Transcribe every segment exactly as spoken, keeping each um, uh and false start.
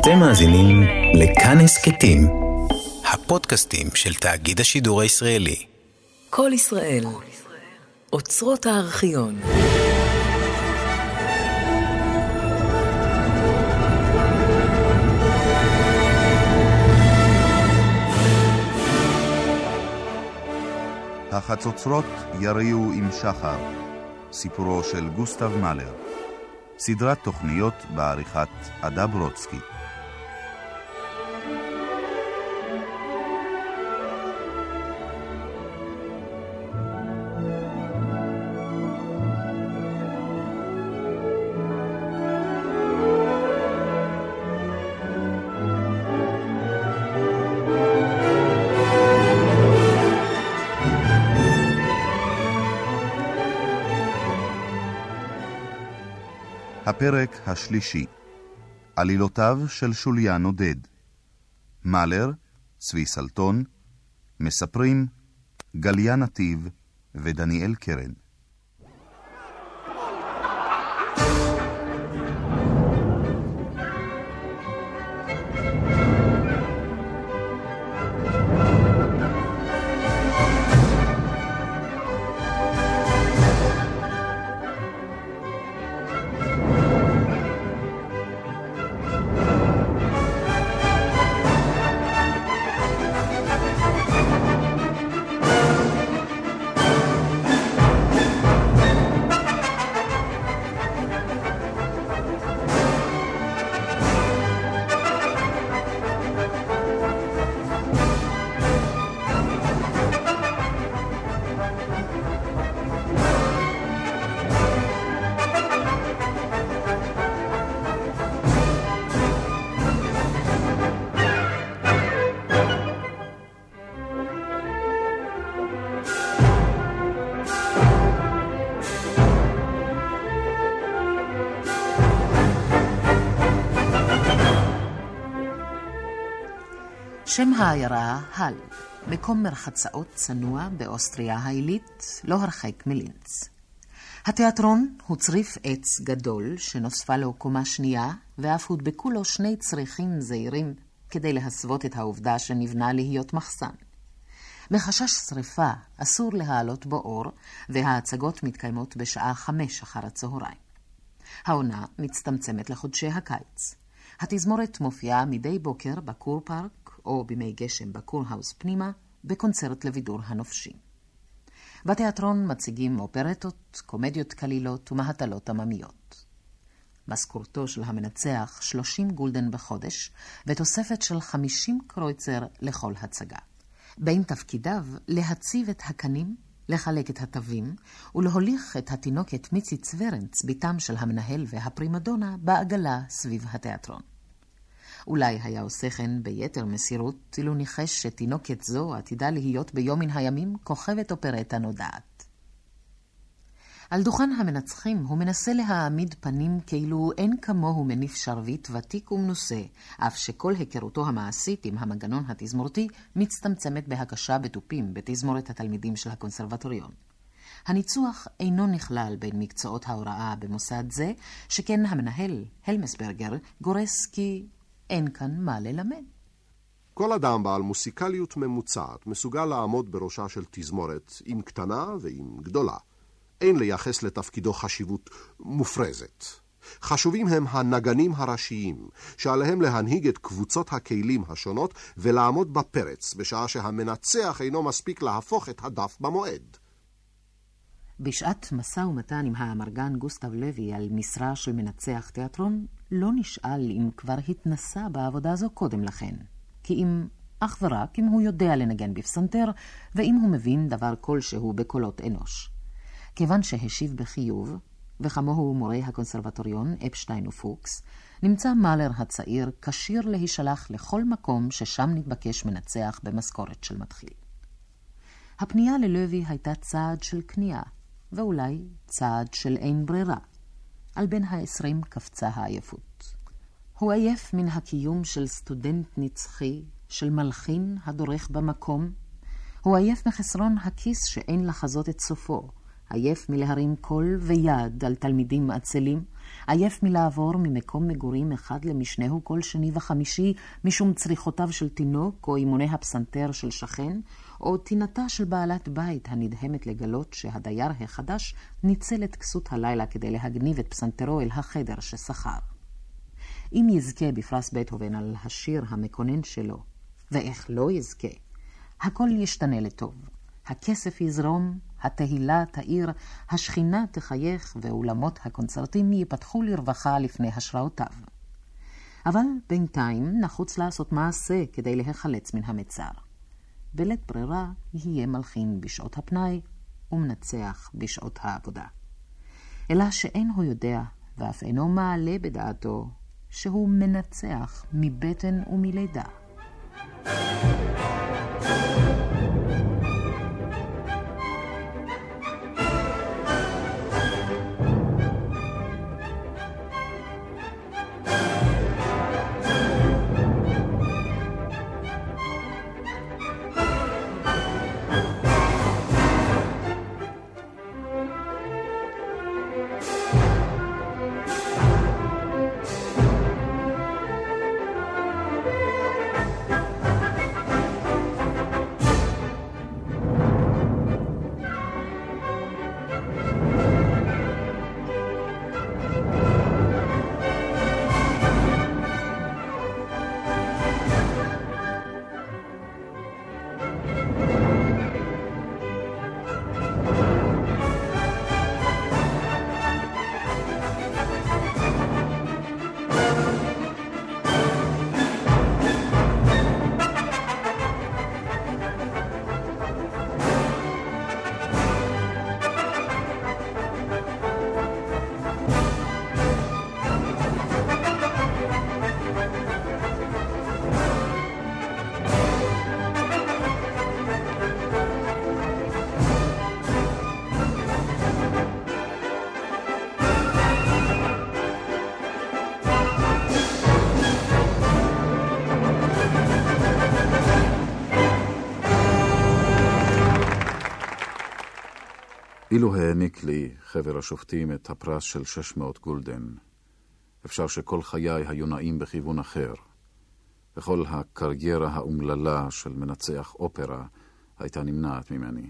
אתם מאזינים לכאן הסכתים, הפודקאסטים של תאגיד השידור הישראלי. כל ישראל, אוצרות הארכיון. החצוצרות יריעו עם שחר, סיפורו של גוסטב מאלר, סדרת תוכניות בעריכת עדה ברודסקי. הפרק השלישי, עלילותיו של שוליאן עודד. מאלר, צבי סלטון, מספרים גליה נתיב ודניאל קרן. שם העיירה הל, מקום מרחצאות צנוע באוסטריה העילית, לא הרחק מלינץ. התיאטרון הוא צריף עץ גדול שנוספה לו קומה שנייה, ואף הודבקו לו שני צריכים זעירים כדי להסוות את העובדה שנבנה להיות מחסן. מחשש שריפה אסור להעלות בו אור, וההצגות מתקיימות בשעה חמש אחר הצהריים. העונה מצטמצמת לחודשי הקיץ. התזמורת מופיעה מדי בוקר בקור פארק, או בימי גשם בקורהאוס פנימה, בקונצרט לבידור הנופשים. בתיאטרון מציגים אופרטות, קומדיות קלילות ומהטלות עממיות. משכורתו של המנצח שלושים גולדן בחודש, ותוספת של חמישים קרויצר לכל הצגה. בין תפקידיו להציב את הקנים, לחלק את התווים, ולהוליך את התינוקת מיצי צוורנץ, ביתם של המנהל והפרימדונה, בעגלה סביב התיאטרון. אולי היה עושה כן ביתר מסירות, אילו ניחש שתינוקת זו עתידה להיות ביום מן הימים כוכבת אופרטה נודעת. על דוכן המנצחים הוא מנסה להעמיד פנים כאילו אין כמוהו מניף שרביט ותיק ומנוסה, אף שכל היכרותו המעשית עם המנגנון התזמורתי מצטמצמת בהקשה בתופים בתזמורת התלמידים של הקונסרבטוריון. הניצוח אינו נכלל בין מקצועות ההוראה במוסד זה, שכן המנהל, הלמסברגר, גורס כי אין כאן מה ללמד. כל אדם בעל מוסיקליות ממוצעת מסוגל לעמוד בראשה של תזמורת, עם קטנה ועם גדולה. אין לייחס לתפקידו חשיבות מופרזת. חשובים הם הנגנים הראשיים, שעליהם להנהיג את קבוצות הכלים השונות ולעמוד בפרץ, בשעה שהמנצח אינו מספיק להפוך את הדף במועד. בשעת משא ומתן עם האמרגן גוסטב לוי על משרה של מנצח תיאטרון, לא נשאל אם כבר התנסה בעבודה זו קודם לכן, כי אם אך ורק אם הוא יודע לנגן בפסנתר, ואם הוא מבין דבר כלשהו בקולות אנוש. כיוון שהשיב בחיוב, וכמוהו מורי הקונסרבטוריון, אפשטיין ופוקס, נמצא מאלר הצעיר כשיר להישלח לכל מקום ששם נתבקש מנצח במשכורת של מתחיל. הפנייה ללוי הייתה צעד של קנייה, ואולי צעד של אין ברירה. על בין העשרים קפצה העייפות. הוא עייף מן הקיום של סטודנט נצחי, של מלחין הדורך במקום. הוא עייף מחסרון הכיס שאין לחזות את סופו, עייף מלהרים קול ויד על תלמידים עצלים, עייף מלעבור ממקום מגורים אחד למשנהו כל שני וחמישי משום צריכותיו של תינוק או אימוני הפסנתר של שכן, או תינתה של בעלת בית הנדהמת לגלות שהדייר החדש ניצל את כסות הלילה כדי להגניב את פסנתרו אל החדר ששכר. אם יזכה בפרס בטהובן על השיר המקונן שלו, ואיך לא יזכה, הכל ישתנה לטוב. הכסף יזרום, התהילה תאיר, השכינה תחייך, ואולמות הקונצרטים ייפתחו לרווחה לפני השראותיו. אבל בינתיים נחוץ לעשות מעשה כדי להיחלץ מן המצר. בלית ברירה יהיה מלחין בשעות הפנאי ומנצח בשעות העבודה. אלא שאין הוא יודע, ואף אינו מעלה בדעתו, שהוא מנצח מבטן ומלידה. אילו העניק לי חבר השופטים את הפרס של שש מאות גולדן, אפשר שכל חיי היו נעים בכיוון אחר, וכל הקריירה האומללה של מנצח אופרה הייתה נמנעת ממני.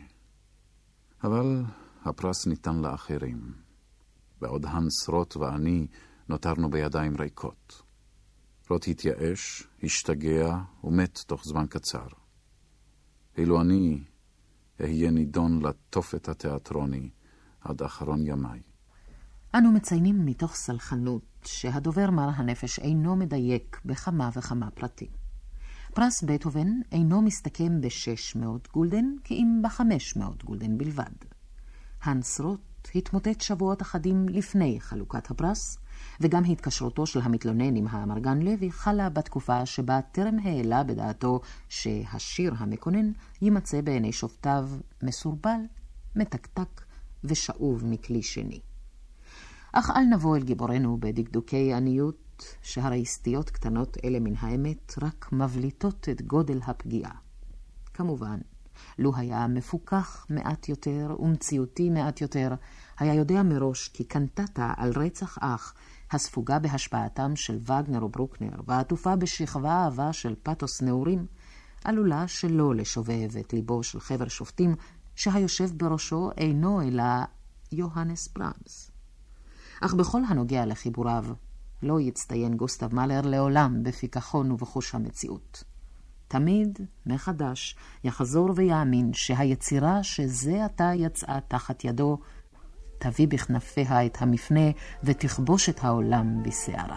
אבל הפרס ניתן לאחרים, בעוד הנס רוט ואני נותרנו בידיים ריקות. רוט התייאש, השתגע ומת תוך זמן קצר. אילו אני אהיה נידון לתופת התיאטרוני עד אחרון ימיי. אנו מציינים מתוך סלחנות שהדובר מר הנפש אינו מדייק בכמה וכמה פרטים. פרס בטהובן אינו מסתכם ב-שש מאות גולדן, כי אם ב-חמש מאות גולדן בלבד. הנס רוט התמוטט שבועות אחדים לפני חלוקת הפרס, וגם התקשרותו של המתלונן עם האמרגן לוי חלה בתקופה שבה טרם העלה בדעתו שהשיר המקונן יימצא בעיני שופטיו מסורבל, מתקתק ושאוב מכלי שני. אך אל נבוא אל גיבורנו בדקדוקי עניות, שהרי סטיות קטנות אלה מן האמת רק מבליטות את גודל הפגיעה. כמובן, לו היה מפוקח מעט יותר ומציאותי מעט יותר, היה יודע מראש כי קנטטה על רצח אח, הספוגה בהשפעתם של וגנר וברוקנר, ועטופה בשכבה אהבה של פתוס נעורים, עלולה שלא לשובב את ליבו של חבר שופטים, שהיושב בראשו אינו אלא יוהנס ברמס. אך בכל הנוגע לחיבוריו, לא יצטיין גוסטב מאלר לעולם בפיקחון ובחוש המציאות. תמיד מחדש יחזור ויאמין שהיצירה שזה עתה יצאה תחת ידו, תביא בכנפיה את המפנה ותכבוש את העולם בסערה.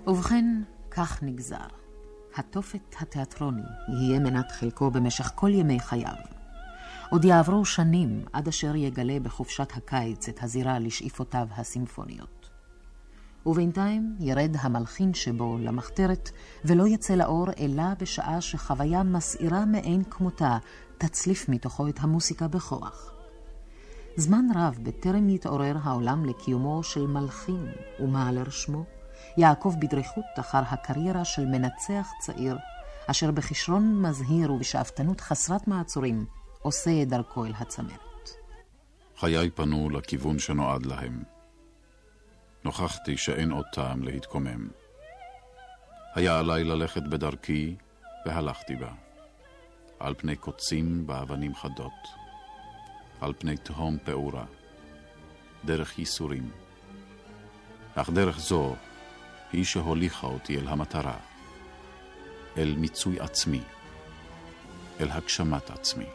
ובכן, כך נגזר. התופת התיאטרוני יהיה מנת חלקו במשך כל ימי חייו. עוד יעברו שנים עד אשר יגלה בחופשת הקיץ את הזירה לשאיפותיו הסימפוניות. ובינתיים ירד המלחין שבו למחתרת ולא יצא לאור אלא בשעה שחוויה מסעירה מאין כמותה תצליף מתוכו את המוסיקה בכוח. זמן רב בטרם יתעורר העולם לקיומו של מלחין ומעלר שמו, יעקב בדריכות אחר הקריירה של מנצח צעיר, אשר בכישרון מזהיר ובשאפתנות חסרת מעצורים עושה את דרכו אל הצמרת. חיי פנו לכיוון שנועד להם. נוכחתי שאין עוד טעם להתקומם. היה עליי ללכת בדרכי, והלכתי בה. על פני קוצים באבנים חדות. על פני תהום פעורה. דרך ייסורים. אך דרך זו היא שהוליכה אותי אל המטרה. אל מיצוי עצמי. אל הגשמת עצמי.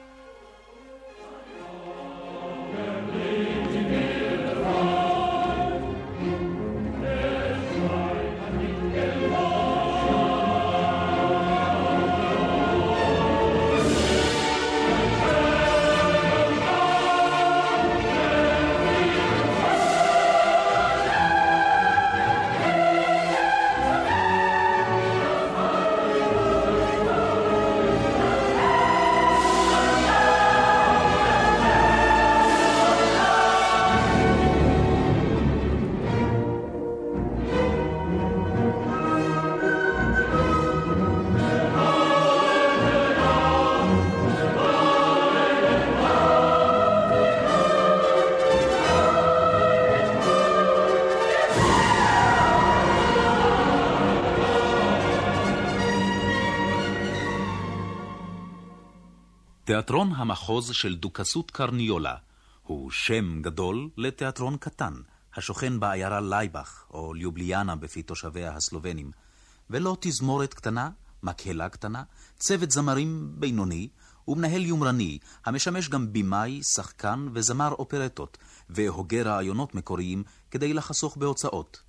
תיאטרון המחוז של דוכסות קרניולה הוא שם גדול לתיאטרון קטן, השוכן בעיירה לייבך או ליובליאנה בפי תושביה הסלובנים, ולא תזמורת קטנה, מקהלה קטנה, צוות זמרים בינוני ומנהל יומרני, המשמש גם בימאי, שחקן וזמר אופרטות, והוגה רעיונות מקוריים כדי לחסוך בהוצאות.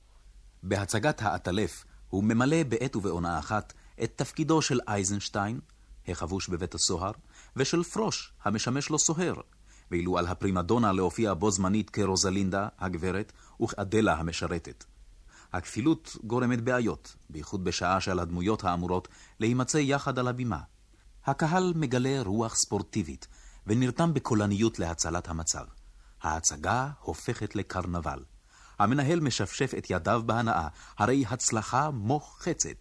בהצגת האטלף הוא ממלא בעת ובעונה אחת את תפקידו של אייזנשטיין, החבוש בבית הסוהר, ושל פרוש, המשמש לו סוהר, ואילו על הפרימדונה להופיע בו זמנית כרוזלינדה, הגברת, וכאדלה המשרתת. הכפילות גורמת בעיות, בייחוד בשעה של הדמויות האמורות להימצא יחד על הבימה. הקהל מגלה רוח ספורטיבית, ונרתם בקולניות להצלת המצב. ההצגה הופכת לקרנבל. המנהל משפשף את ידיו בהנאה, הרי הצלחה מוחצת.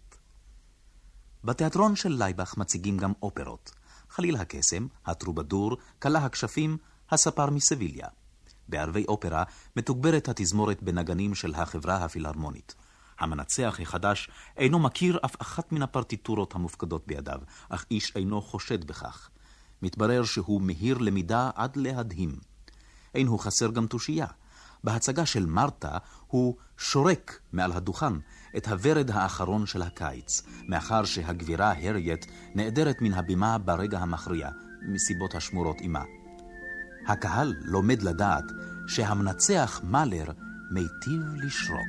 בתיאטרון של לייבך מציגים גם אופרות. חליל הקסם, הטרובדור, קלה הכשפים, הספר מסביליה. בערבי אופרה מתוגברת התזמורת בנגנים של החברה הפילהרמונית. המנצח החדש אינו מכיר אף אחת מן הפרטיטורות המופקדות בידיו, אך איש אינו חושד בכך. מתברר שהוא מהיר למידה עד להדהים. אין הוא חסר גם תושייה. בהצגה של מרתה הוא שורק מעל הדוכן את הורד האחרון של הקיץ, מאחר שהגבירה הריית נעדרת מן הבימה ברגע המכריע, מסיבות השמורות עמה. הקהל לומד לדעת שהמנצח מאלר מיטיב לשרוק.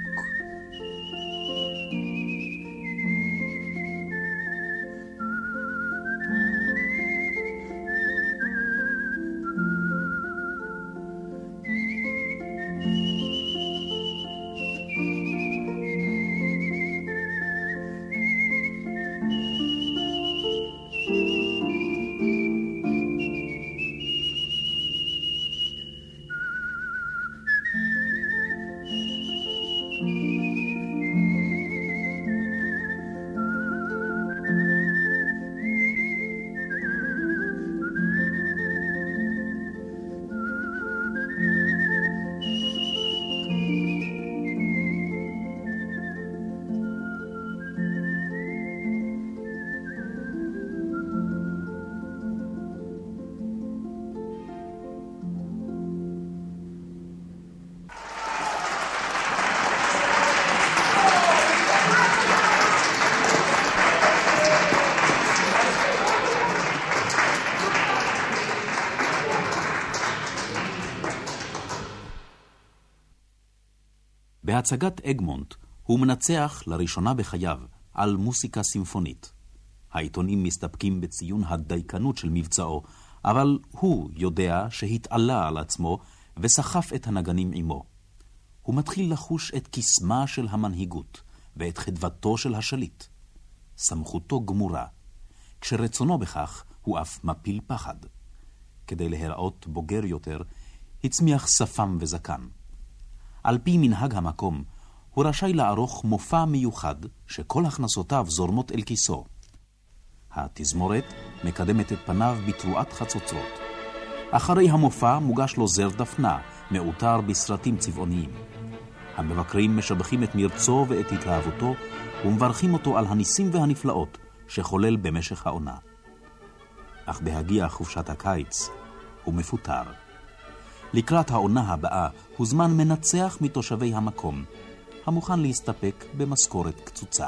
בהצגת אגמונט הוא מנצח לראשונה בחייו על מוסיקה סימפונית. העיתונים מסתפקים בציון הדייקנות של מבצעו, אבל הוא יודע שהתעלה על עצמו וסחף את הנגנים עמו. הוא מתחיל לחוש את קסמה של המנהיגות ואת חדוותו של השליט. סמכותו גמורה. כשרצונו בכך, הוא אף מפיל פחד. כדי להיראות בוגר יותר, הצמיח שפם וזקן. על פי מנהג המקום, הוא רשאי לערוך מופע מיוחד שכל הכנסותיו זורמות אל כיסו. התזמורת מקדמת את פניו בתרועת חצוצרות. אחרי המופע מוגש לו זר דפנה, מאותר בסרטים צבעוניים. המבקרים משבחים את מרצו ואת התלהבותו, ומברכים אותו על הניסים והנפלאות שחולל במשך העונה. אך בהגיע חופשת הקיץ, הוא מפוטר. לקראת העונה הבאה, הוא זמן מנצח מתושבי המקום, המוכן להסתפק במשכורת קצוצה.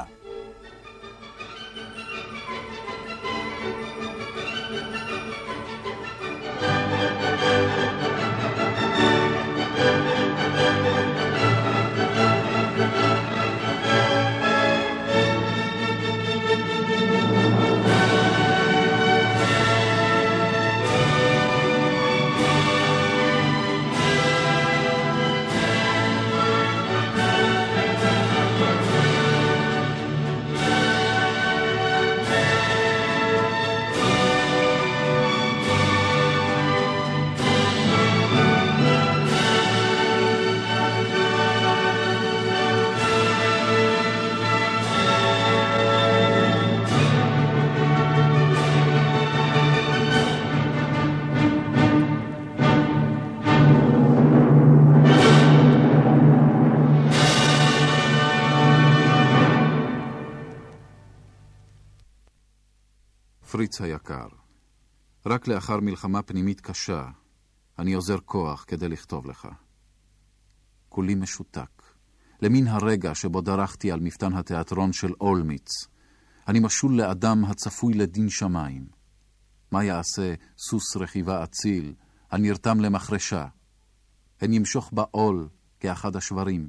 פריץ היקר, רק לאחר מלחמה פנימית קשה, אני עוזר כוח כדי לכתוב לך. כולי משותק. למין הרגע שבו דרכתי על מפתן התיאטרון של אולמיץ, אני משול לאדם הצפוי לדין שמיים. מה יעשה סוס רכיבה אציל, הנרתם למחרשה? הן ימשוך בעול כאחד השברים.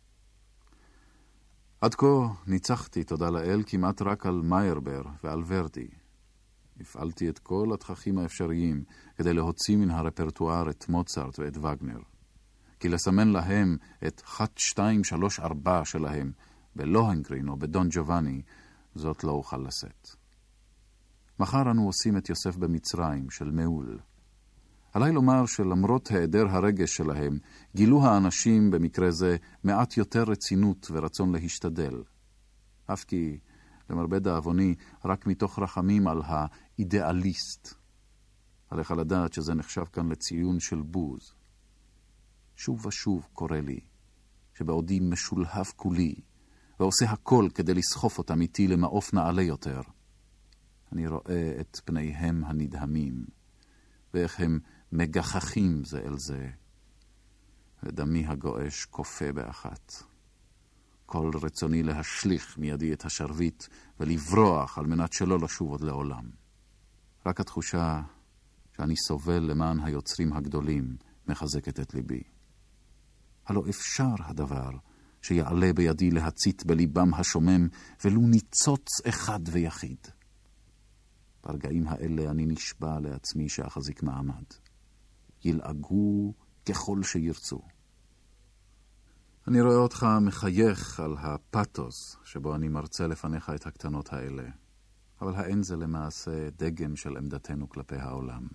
עד כה ניצחתי, תודה לאל, כמעט רק על מיירבר ועל ורדי. הפעלתי את כל התככים האפשריים כדי להוציא מן הרפרטואר את מוצרט ואת וגנר. כי לסמן להם את אחת, שתיים, שלוש, ארבע שלהם בלוהנגרין או בדון ג'ובאני, זאת לא אוכל לשאת. מחר אנו עושים את יוסף במצרים של מעול. עליי לומר שלמרות היעדר הרגש שלהם, גילו האנשים במקרה זה מעט יותר רצינות ורצון להשתדל. אף כי, למרבה דאבוני, רק מתוך רחמים על האידיאליסט. עליך לדעת שזה נחשב כאן לציון של בוז. שוב ושוב קורא לי, שבעודי משולהב כולי, ועושה הכל כדי לסחוף אותם איתי למעוף נעלה יותר. אני רואה את פניהם הנדהמים, ואיך הם מגחכים זה אל זה, ודמי הגואש קופה באחת. כל רצוני להשליך מידי את השרביט ולברוח על מנת שלא לשוב עוד לעולם. רק התחושה שאני סובל למען היוצרים הגדולים מחזקת את ליבי. הלא אפשר הדבר שיעלה בידי להצית בליבם השומם ולו ניצוץ אחד ויחיד. ברגעים האלה אני נשבע לעצמי שאחזיק מעמד. ילעגו ככל שירצו. אני רואה אותך מחייך על הפאטוס שבו אני מרצה לפניך את הקטנות האלה, אבל האין זה למעשה דגם של עמדתנו כלפי העולם.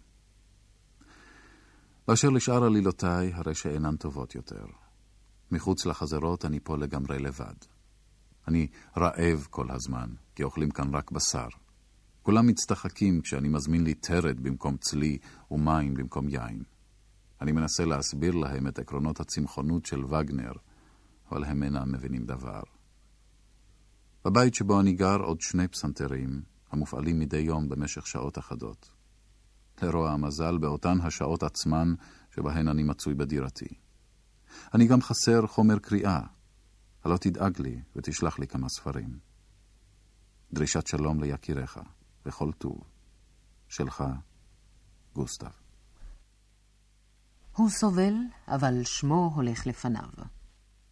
באשר לשאר עלילותיי, הרי שאינן טובות יותר. מחוץ לחזרות אני פה לגמרי לבד. אני רעב כל הזמן, כי אוכלים כאן רק בשר. כולם מצטחקים כשאני מזמין לי תרד במקום צלי ומים במקום יין. אני מנסה להסביר להם את עקרונות הצמחונות של וגנר, אבל הם אינם מבינים דבר. בבית שבו אני גר עוד שני פסנתרים, המופעלים מדי יום במשך שעות אחדות. לרוע המזל באותן השעות עצמן שבהן אני מצוי בדירתי. אני גם חסר חומר קריאה, הלא תדאג לי ותשלח לי כמה ספרים. דרישת שלום ליקיריך, וכל טוב. שלך, גוסטב. הוא סובל, אבל שמו הולך לפניו.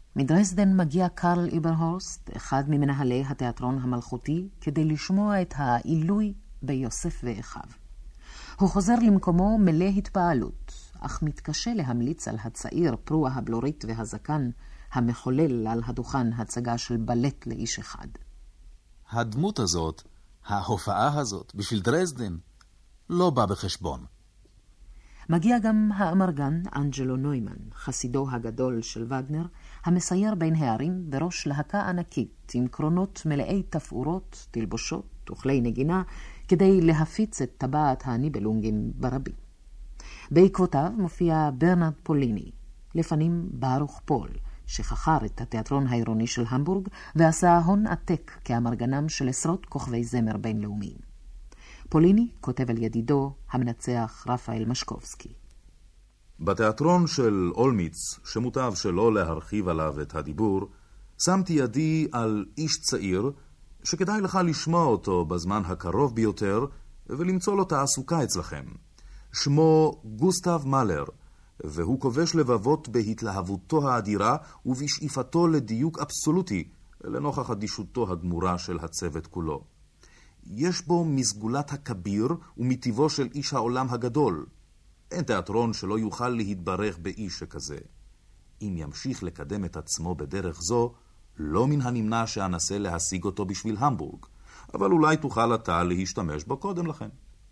מדרזדן מגיע קרל איברהורסט, אחד ממנהלי התיאטרון המלכותי, כדי לשמוע את העילוי ביוסף ואחיו. הוא חוזר למקומו מלא התפעלות, אך מתקשה להמליץ על הצעיר פרוע הבלורית והזקן, המחולל על הדוכן הצגה של בלט לאיש אחד. הדמות הזאת, ההופעה הזאת, בשביל דרזדן, לא בא בחשבון. מגיע גם האמרגן אנג'לו נוימן, חסידו הגדול של וגנר, המסייר בין הערים בראש להקה ענקית, עם קרונות מלאי תפאורות, תלבושות וכלי נגינה, כדי להפיץ את טבעת הניבלונגים ברבים. בעקבותיו מופיע ברנרד פוליני, לפנים ברוך פול, שחכר את התיאטרון העירוני של המבורג, ועשה הון עתק כאמרגנם של עשרות כוכבי זמר בינלאומיים. פוליני כותב על ידידו, המנצח רפאל משקובסקי. בתיאטרון של אולמיץ, שמוטב שלא להרחיב עליו את הדיבור, שמתי ידי על איש צעיר, שכדאי לך לשמוע אותו בזמן הקרוב ביותר, ולמצוא לו תעסוקה אצלכם. שמו גוסטב מאלר, והוא כובש לבבות בהתלהבותו האדירה ובשאיפתו לדיוק אבסולוטי, לנוכח אדישותו הגמורה של הצוות כולו. יש בו מסגולת הכביר ומטבעו של איש העולם הגדול. אין תיאטרון שלא יוכל להתברך באיש שכזה. אם ימשיך לקדם את עצמו בדרך זו, לא מן הנמנע שאנסה להשיג אותו בשביל המבורג, אבל אולי תוכל אתה להשתמש בו קודם לכן.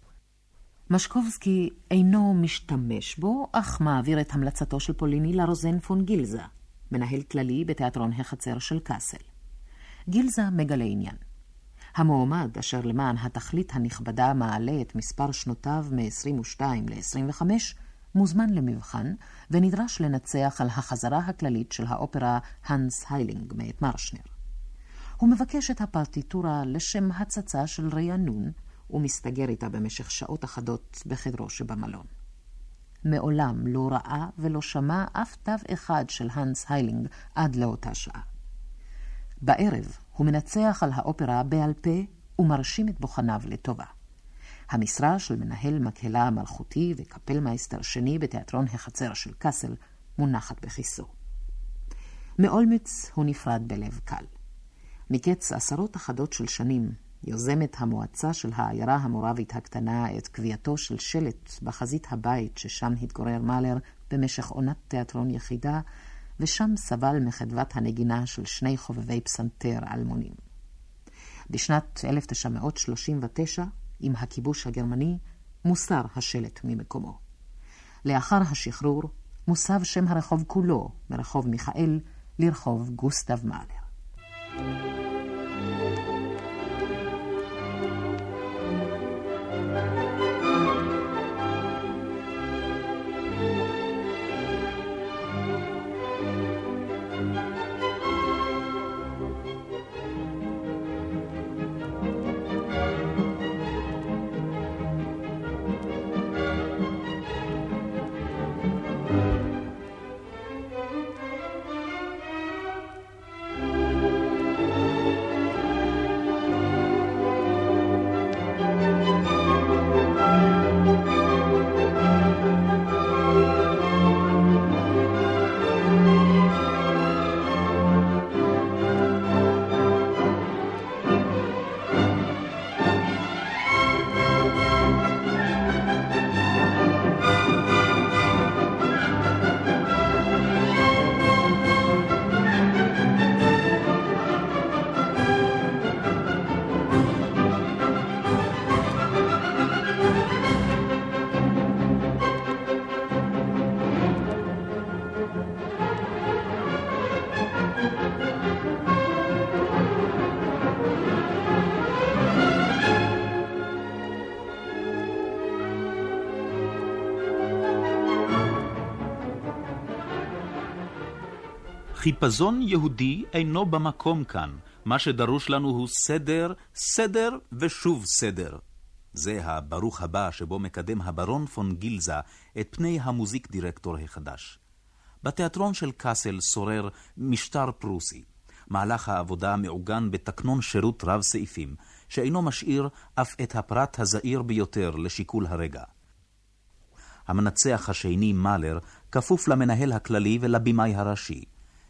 משקובסקי אינו משתמש בו, אך מעביר את המלצתו של פוליני לרוזן פון גילזה, מנהל כללי בתיאטרון החצר של קאסל. גילזה מגלה עניין. המועמד, אשר למען התכלית הנכבדה מעלה את מספר שנותיו מ-עשרים ושתיים ל-עשרים וחמש, מוזמן למבחן ונדרש לנצח על החזרה הכללית של האופרה הנס היילינג מאת מרשנר. הוא מבקש את הפרטיטורה לשם הצצה של ריענון, ומסתגר איתה במשך שעות אחדות בחדרו שבמלון. מעולם לא ראה ולא שמע אף תו אחד של הנס היילינג עד לאותה שעה. בערב הוא מנצח על האופרה בעל פה ומרשים את בוחניו לטובה. המשרה של מנהל מקהלה המלכותי וקפלמייסטר שני בתיאטרון החצר של קאסל מונחת בכיסו. מאולמיץ הוא נפרד בלב קל. מקץ עשרות אחדות של שנים יוזמת המועצה של העיירה המורבית הקטנה את קביעתו של שלט בחזית הבית ששם התגורר מאלר במשך עונת תיאטרון יחידה, ושם סבל מחדוות הנגינה של שני חובבי פסנתר אלמונים. בשנת אלף תשע מאות שלושים ותשע, עם הכיבוש הגרמני, מוסר השלט ממקומו. לאחר השחרור, מוסב שם הרחוב כולו, מרחוב מיכאל, לרחוב גוסטב מאלר. חיפזון יהודי אינו במקום כאן. מה שדרוש לנו הוא סדר, סדר ושוב סדר. זה הברוך הבא שבו מקדם הברון פון גילזה את פני המוזיק דירקטור החדש. בתיאטרון של קאסל שורר משטר פרוסי. מהלך העבודה מעוגן בתקנון שירות רב סעיפים, שאינו משאיר אף את הפרט הזעיר ביותר לשיקול הרגע. המנצח השני מאלר כפוף למנהל הכללי ולבימאי הראשי.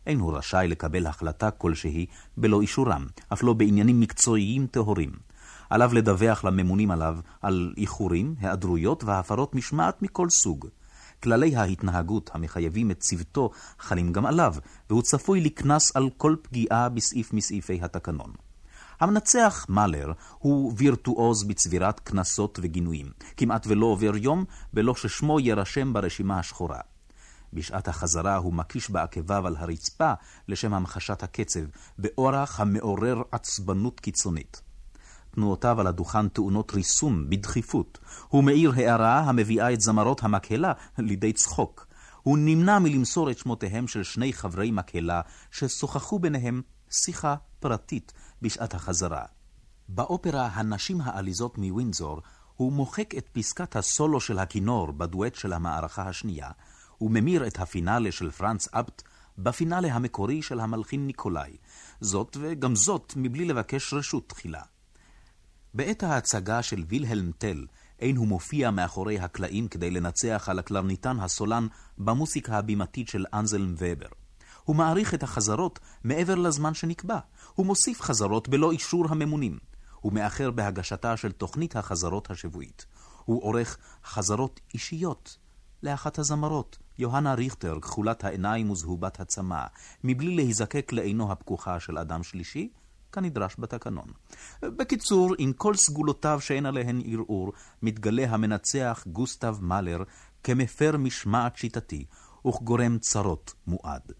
אין הוא רשאי לקבל החלטה כלשהי בלא אישורם, אף לא בעניינים מקצועיים טהורים. עליו לדווח לממונים עליו על איחורים, היעדרויות והפרות משמעת מכל סוג. כללי ההתנהגות המחייבים את צוותו חלים גם עליו, והוא צפוי לקנס על כל פגיעה בסעיף מסעיפי התקנון. המנצח מאלר הוא וירטואוז בצבירת כנסות וגינויים. כמעט ולא עובר יום בלא ששמו יירשם ברשימה השחורה. בשעת החזרה הוא מקיש בעקביו על הרצפה לשם המחשת הקצב, באורח המעורר עצבנות קיצונית. תנועותיו על הדוכן טעונות ריסון בדחיפות. הוא מאיר הערה המביאה את זמרות המקהלה לידי צחוק. הוא נמנע מלמסור את שמותיהם של שני חברי מקהלה ששוחחו ביניהם שיחה פרטית בשעת החזרה. באופרה הנשים העליזות מווינזור הוא מוחק את פסקת הסולו של הכינור בדואט של המערכה השנייה, וממיר את הפינאלה של פרנץ אבט בפינאלה המקורי של המלחין ניקולאי, זאת וגם זאת מבלי לבקש רשות תחילה. בעת ההצגה של וילהלם טל אין הוא מופיע מאחורי הקלעים כדי לנצח על הקלרניתן הסולן במוסיקה הבימתית של אנזלם ובר. הוא מעריך את החזרות מעבר לזמן שנקבע. הוא מוסיף חזרות בלא אישור הממונים. הוא מאחר בהגשתה של תוכנית החזרות השבועית. הוא עורך חזרות אישיות לאחת הזמרות, יוהנה ריכטר, כחולת העיניים וזהובת הצמא, מבלי להיזקק לעינו הפקוחה של אדם שלישי, כנדרש בתקנון. בקיצור, עם כל סגולותיו שאין עליהן ערעור, מתגלה המנצח גוסטב מאלר כמפר משמעת שיטתי וכגורם צרות מועד.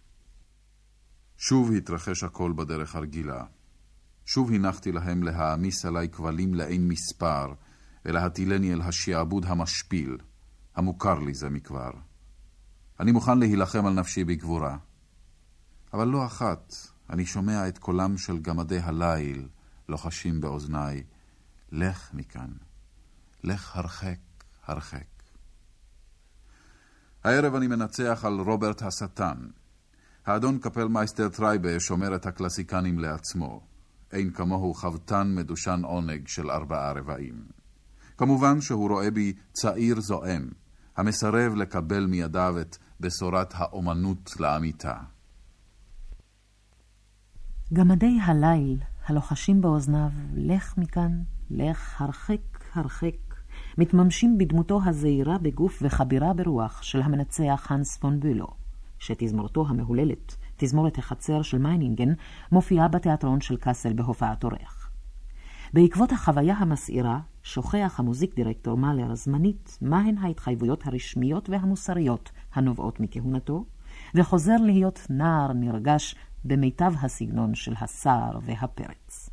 שוב התרחש הכל בדרך הרגילה. שוב הנחתי להם להעמיס עליי כבלים לאין מספר, ולהטילני אל השעבוד המשפיל, המוכר לי זה מכבר. אני מוכן להילחם על נפשי בגבורה. אבל לא אחת אני שומע את קולם של גמדי הליל, לוחשים באוזניי, לך מכאן, לך הרחק, הרחק. הערב אני מנצח על רוברט השטן. האדון קפלמייסטר טרייבה שומר את הקלאסיקנים לעצמו. אין כמוהו חבטן מדושן עונג של ארבעה רבעים. כמובן שהוא רואה בי צעיר זועם, המסרב לקבל מידיו את בשורת האומנות לאמיתה. גמדי הליל הלוחשים באוזניו, לך מכאן, לך הרחק, הרחק, מתממשים בדמותו הזהירה בגוף וחבירה ברוח של המנצח הנס פון בולו, שתזמורתו המהוללת, תזמורת החצר של מיינינגן, מופיעה בתיאטרון של קאסל בהופעת אורח. בעקבות החוויה המסעירה, שוכח המוזיק דירקטור מאלר זמנית מהן ההתחייבויות הרשמיות והמוסריות הנובעות מכהונתו, וחוזר להיות נער נרגש במיטב הסגנון של הסער והפרץ.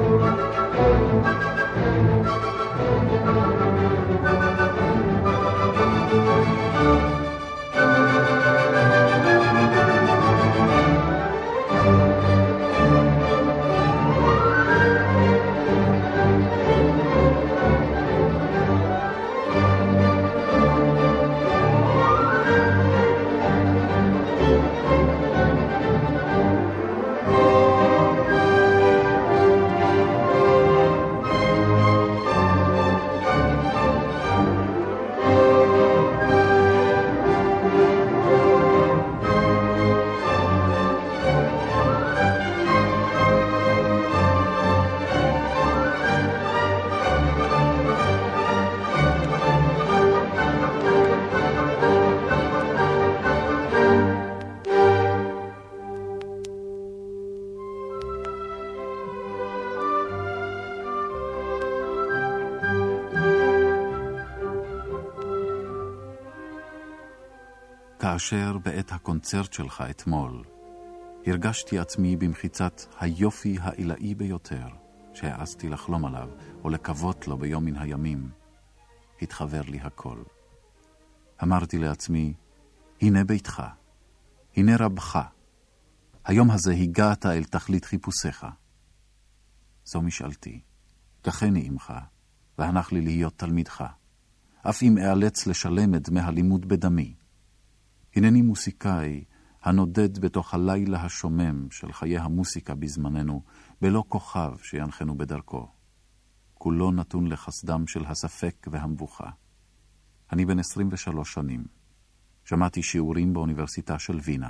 כאשר בעת הקונצרט שלך אתמול, הרגשתי עצמי במחיצת היופי העילאי ביותר, שהעזתי לחלום עליו או לקוות לו ביום מן הימים, התחבר לי הכל. אמרתי לעצמי, הנה ביתך, הנה רבך, היום הזה הגעת אל תכלית חיפושיך. זו משאלתי, קחני עמך, והנח לי להיות תלמידך, אף אם אאלץ לשלם את דמי הלימוד בדמי. הנני מוסיקאי הנודד בתוך הלילה השומם של חיי המוסיקה בזמננו, בלא כוכב שינחנו בדרכו. כולו נתון לחסדם של הספק והמבוכה. אני בן עשרים ושלוש שנים. שמעתי שיעורים באוניברסיטה של וינה,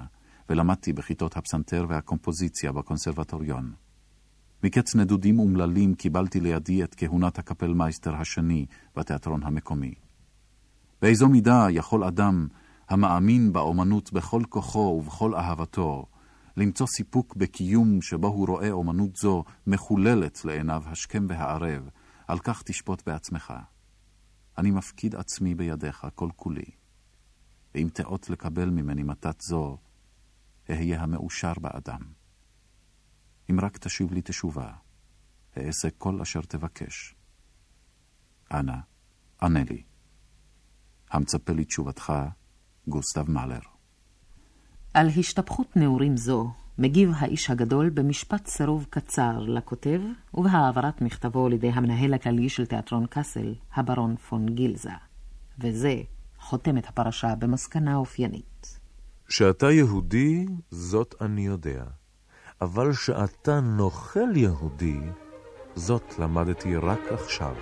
ולמדתי בכיתות הפסנתר והקומפוזיציה בקונסרבטוריון. מקץ נדודים ומללים קיבלתי לידי את כהונת הקפלמייסטר השני בתיאטרון המקומי. באיזו מידה יכול אדם המאמין באומנות בכל כוחו ובכל אהבתו למצוא סיפוק בקיום שבו הוא רואה אומנות זו מחוללת לעיניו השכם והערב, על כך תשפוט בעצמך. אני מפקיד עצמי בידיך כל כולי, ואם תאות לקבל ממני מתת זו, אהיה המאושר באדם. אם רק תשיב לי תשובה, אעשה כל אשר תבקש. אנא, ענה לי. המצפה לי תשובתך, גוסטב מאלר. על השתפכות נעורים זו מגיב האיש הגדול במשפט סירוב קצר לכותב, ובהעברת מכתבו לידי המנהל הכללי של תיאטרון קאסל, הברון פון גילזה. וזה חותם את הפרשה במסקנה אופיינית. שאתה יהודי, זאת אני יודע. אבל שאתה נוכל יהודי, זאת למדתי רק עכשיו.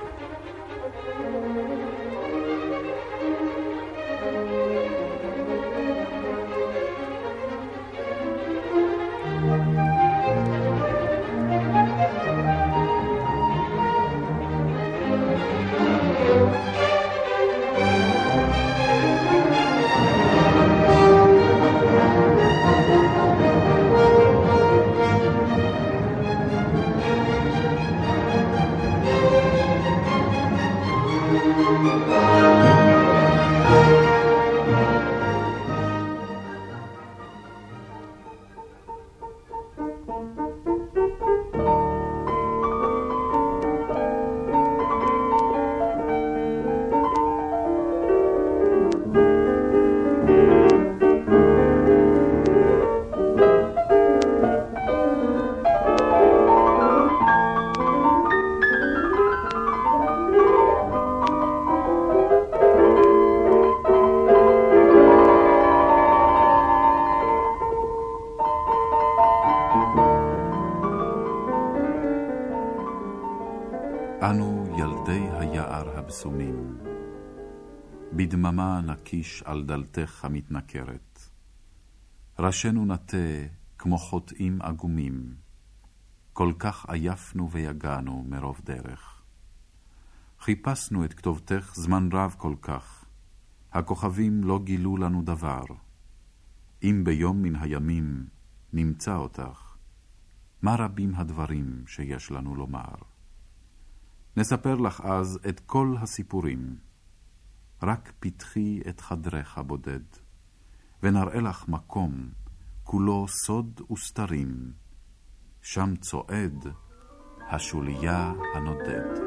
אנו ילדי היער הבסומים, בדממה נקיש על דלתך המתנכרת. ראשנו נטה כמו חוטאים אגומים, כל כך עייפנו ויגענו מרוב דרך. חיפשנו את כתובתך זמן רב כל כך, הכוכבים לא גילו לנו דבר. אם ביום מן הימים נמצא אותך, מה רבים הדברים שיש לנו לומר. נספר לך אז את כל הסיפורים. רק פתחי את חדרך הבודד, ונראה לך מקום, כולו סוד וסתרים. שם צועד השוליה הנודד.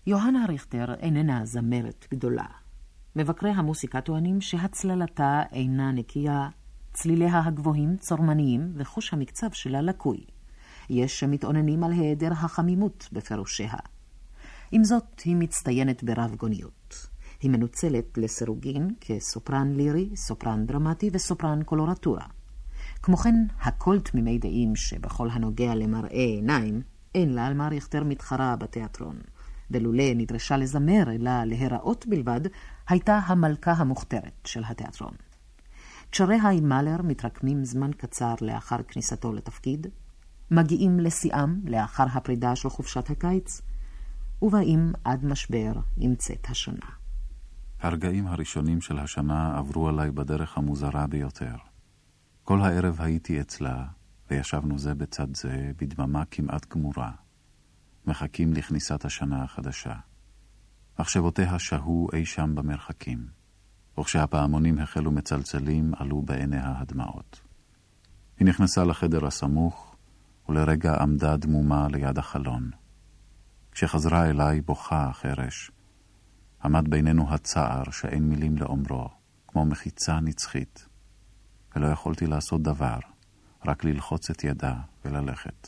יוהנה ריכטר איננה זמרת גדולה. מבקרי המוסיקה טוענים שהצללתה אינה נקייה, צליליה הגבוהים צורמניים וחוש המקצב שלה לקוי. יש שמתעוננים על היעדר החמימות בפירושיה. עם זאת, היא מצטיינת ברב גוניות. היא מנוצלת לסירוגין כסופרן לירי, סופרן דרמטי וסופרן קולורטורה. כמו כן, הכל תמימי דעים שבכל הנוגע למראה עיניים, אין לה על מה ריכטר מתחרה בתיאטרון. ולולא נדרשה לזמר אלא להיראות בלבד, הייתה המלכה המוכתרת של התיאטרון. קשריה עם מאלר מתרקמים זמן קצר לאחר כניסתו לתפקיד, מגיעים לשיאם לאחר הפרידה של חופשת הקיץ, ובאים עד משבר עם צאת השנה. הרגעים הראשונים של השנה עברו עליי בדרך המוזרה ביותר. כל הערב הייתי אצלה, וישבנו זה בצד זה בדממה כמעט גמורה. מחכים לכניסת השנה החדשה. מחשבותיה שהו אי שם במרחקים, וכשהפעמונים החלו מצלצלים עלו בעיניה הדמעות. היא נכנסה לחדר הסמוך, ולרגע עמדה דמומה ליד החלון. כשחזרה אליי בוכה החרש, עמד בינינו הצער שאין מילים לאומרו, כמו מחיצה נצחית, ולא יכולתי לעשות דבר, רק ללחוץ את ידה וללכת.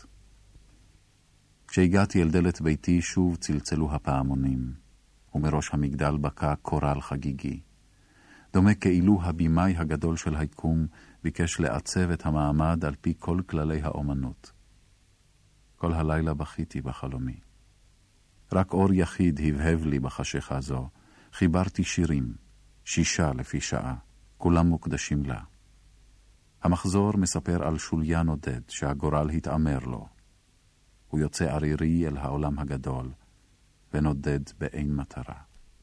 כשהגעתי אל דלת ביתי שוב צלצלו הפעמונים, ומראש המגדל בקע קורל חגיגי. דומה כאילו הבימאי הגדול של היקום ביקש לעצב את המעמד על פי כל כללי האומנות. כל הלילה בכיתי בחלומי. רק אור יחיד הבהב לי בחשיכה זו. חיברתי שירים, שישה לפי שעה, כולם מוקדשים לה. המחזור מספר על שוליה נודד שהגורל התאמר לו. הוא יוצא ערירי אל העולם הגדול, ונודד באין מטרה.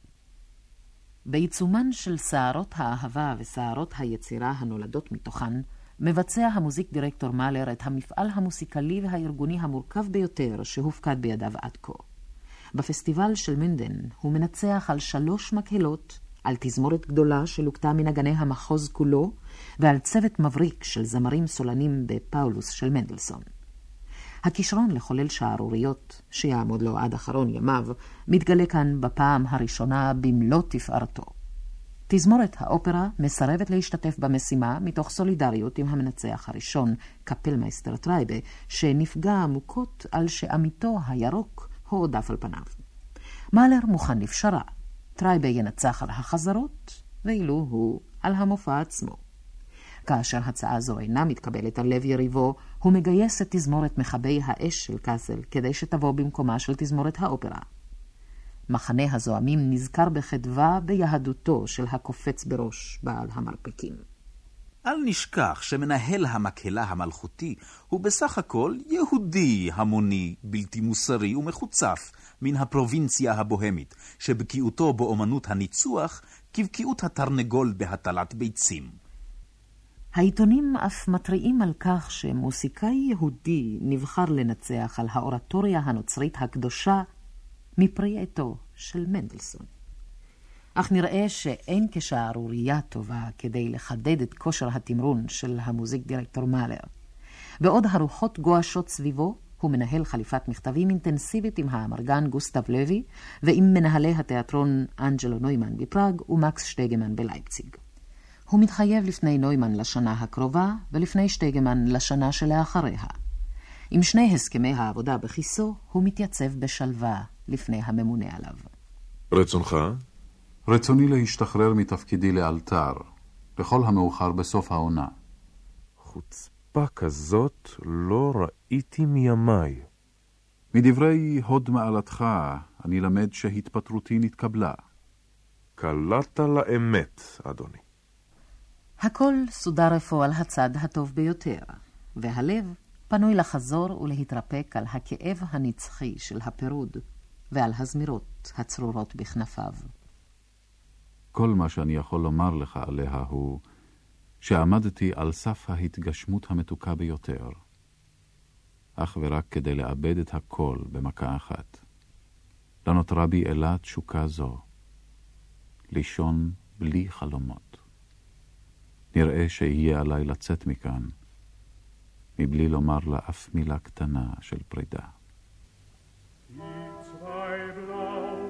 בעיצומן של שערות האהבה ושערות היצירה הנולדות מתוכן, מבצע המוזיק דירקטור מאלר את המפעל המוסיקלי והארגוני המורכב ביותר שהופקד בידיו עד כה. בפסטיבל של מינדן הוא מנצח על שלוש מקהלות, על תזמורת גדולה שלוקתה מנגני המחוז כולו, ועל צוות מבריק של זמרים סולנים בפאולוס של מנדלסון. הכישרון לחולל שערוריות, שיעמוד לו עד אחרון ימיו, מתגלה כאן בפעם הראשונה במלוא תפארתו. תזמורת האופרה מסרבת להשתתף במשימה מתוך סולידריות עם המנצח הראשון, קפלמייסטר טרייבה, שנפגע עמוקות על שעמיתו הירוק הועדף על פניו. מאלר מוכן לפשרה. טרייבה ינצח על החזרות, ואילו הוא על המופע עצמו. כאשר הצעה זו אינה מתקבלת על לב יריבו, הוא מגייס את תזמורת מחבי האש של קאסל כדי שתבוא במקומה של תזמורת האופרה. מחנה הזוהמים נזכר בחדווה ביהדותו של הקופץ בראש בעל המרפקים. אל נשכח שמנהל המקהלה המלכותי הוא בסך הכל יהודי המוני, בלתי מוסרי ומחוצף מן הפרובינציה הבוהמית, שבקיאותו באומנות הניצוח כבקיאות התרנגול בהטלת ביצים. העיתונים אף מטריעים על כך שמוסיקאי יהודי נבחר לנצח על האורטוריה הנוצרית הקדושה מפרי עטו של מנדלסון. אך נראה שאין כשערוריה טובה כדי לחדד את כושר התמרון של המוזיק דירקטור מאלר. בעוד הרוחות גועשות סביבו, הוא מנהל חליפת מכתבים אינטנסיבית עם האמרגן גוסטב לוי ועם מנהלי התיאטרון אנג'לו נוימן בפראג ומקס שטייגמן בלייפציג. הוא מתחייב לפני נוימן לשנה הקרובה ולפני שטייגמן לשנה שלאחריה. עם שני הסכמי העבודה בכיסו, הוא מתייצב בשלווה לפני הממונה עליו. רצונך? רצוני להשתחרר מתפקידי לאלתר, לכל המאוחר בסוף העונה. חוצפה כזאת לא ראיתי מימיי. מדברי הוד מעלתך, אני למד שהתפטרותי נתקבלה. קלעת לאמת, אדוני. הכל סודר אפוא על הצד הטוב ביותר, והלב פנוי לחזור ולהתרפק על הכאב הנצחי של הפירוד ועל הזמירות הצרורות בכנפיו. כל מה שאני יכול לומר לך עליה הוא שעמדתי על סף ההתגשמות המתוקה ביותר, אך ורק כדי לאבד את הכל במכה אחת. לא נותרה בי אלא תשוקה זו, לישון בלי חלומות. נראה שיהיה עליי לצאת מכאן, מבלי לומר לה אף מילה קטנה של פרידה. Die zwei blauen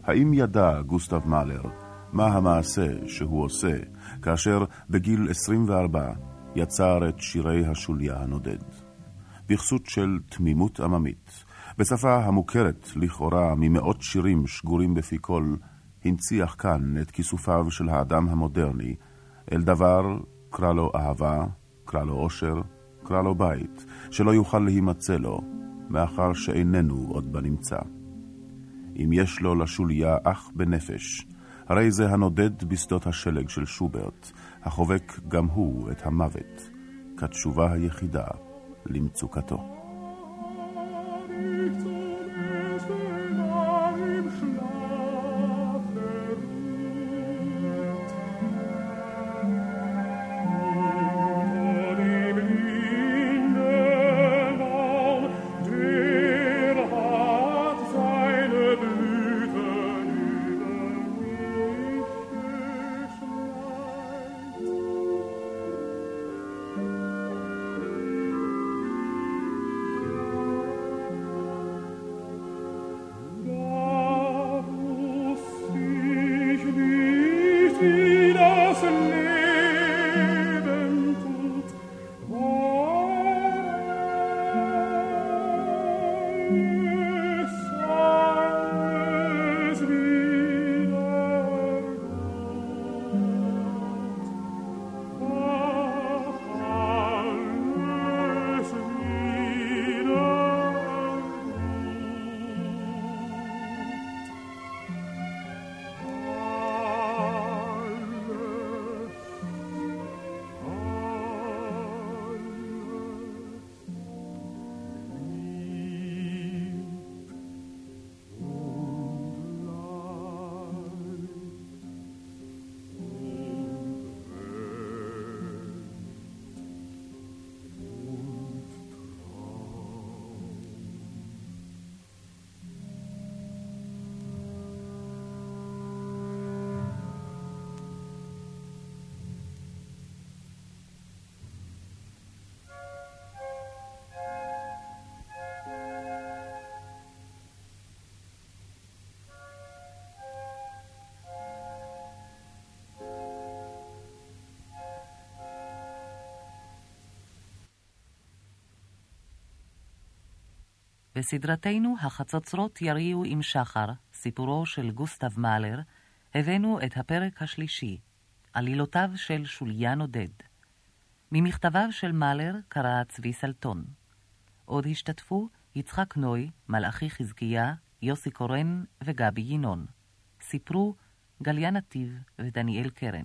האם ידע גוסטב מאלר מה המעשה שהוא עושה כאשר בגיל עשרים וארבע יצר את שירי השוליה הנודד? בכסות של תמימות עממית, בשפה המוכרת לכאורה ממאות שירים שגורים בפי כל, הנציח כאן את כיסופיו של האדם המודרני אל דבר, קרא לו אהבה, קרא לו אושר, קרא לו בית, שלא יוכל להימצא לו, מאחר שאיננו עוד בנמצא. אם יש לו לשוליה אח בנפש, הרי זה הנודד בשדות השלג של שוברט, החובק גם הוא את המוות, כתשובה היחידה למצוקתו. בסדרתנו החצוצרות יריעו עם שחר, סיפורו של גוסטב מאלר, הבאנו את הפרק השלישי, עלילותיו של שוליה נודד. ממכתביו של מאלר קרא צבי סלטון. עוד השתתפו יצחק נוי, מלאכי חזקיה, יוסי קורן וגבי ינון. סיפרו גליה נתיב ודניאל קרן.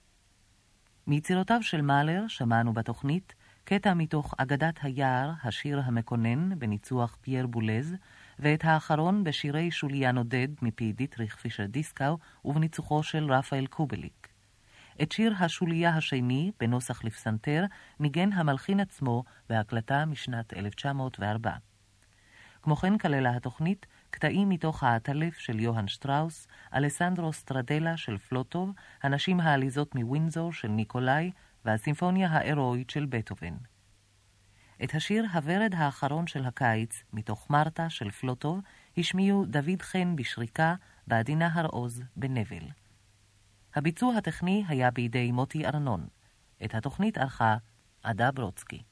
מיצירותיו של מאלר שמענו בתוכנית קטע מתוך אגדת היער, השיר המקונן בניצוח פייר בולז, ואת האחרון בשירי שוליה נודד מפי דיטריך פישר דיסקאו ובניצוחו של רפאל קובליק. את שיר השוליה השני בנוסח לפסנתר ניגן המלחין עצמו בהקלטה משנת אלף תשע מאות וארבע. כמו כן כללה התוכנית קטעים מתוך העטלף של יוהאן שטראוס, אלסנדרו סטרדלה של פלוטוב, הנשים העליזות מווינזור של ניקולאי והסימפוניה האירואית של בטהובן. את השיר הוורד האחרון של הקיץ מתוך מרתה של פלוטוב השמיעו דוד חן בשריקה ועדינה הרעוז בנבל. הביצוע הטכני היה בידי מוטי ארנון. את התוכנית ערכה עדה ברוצקי.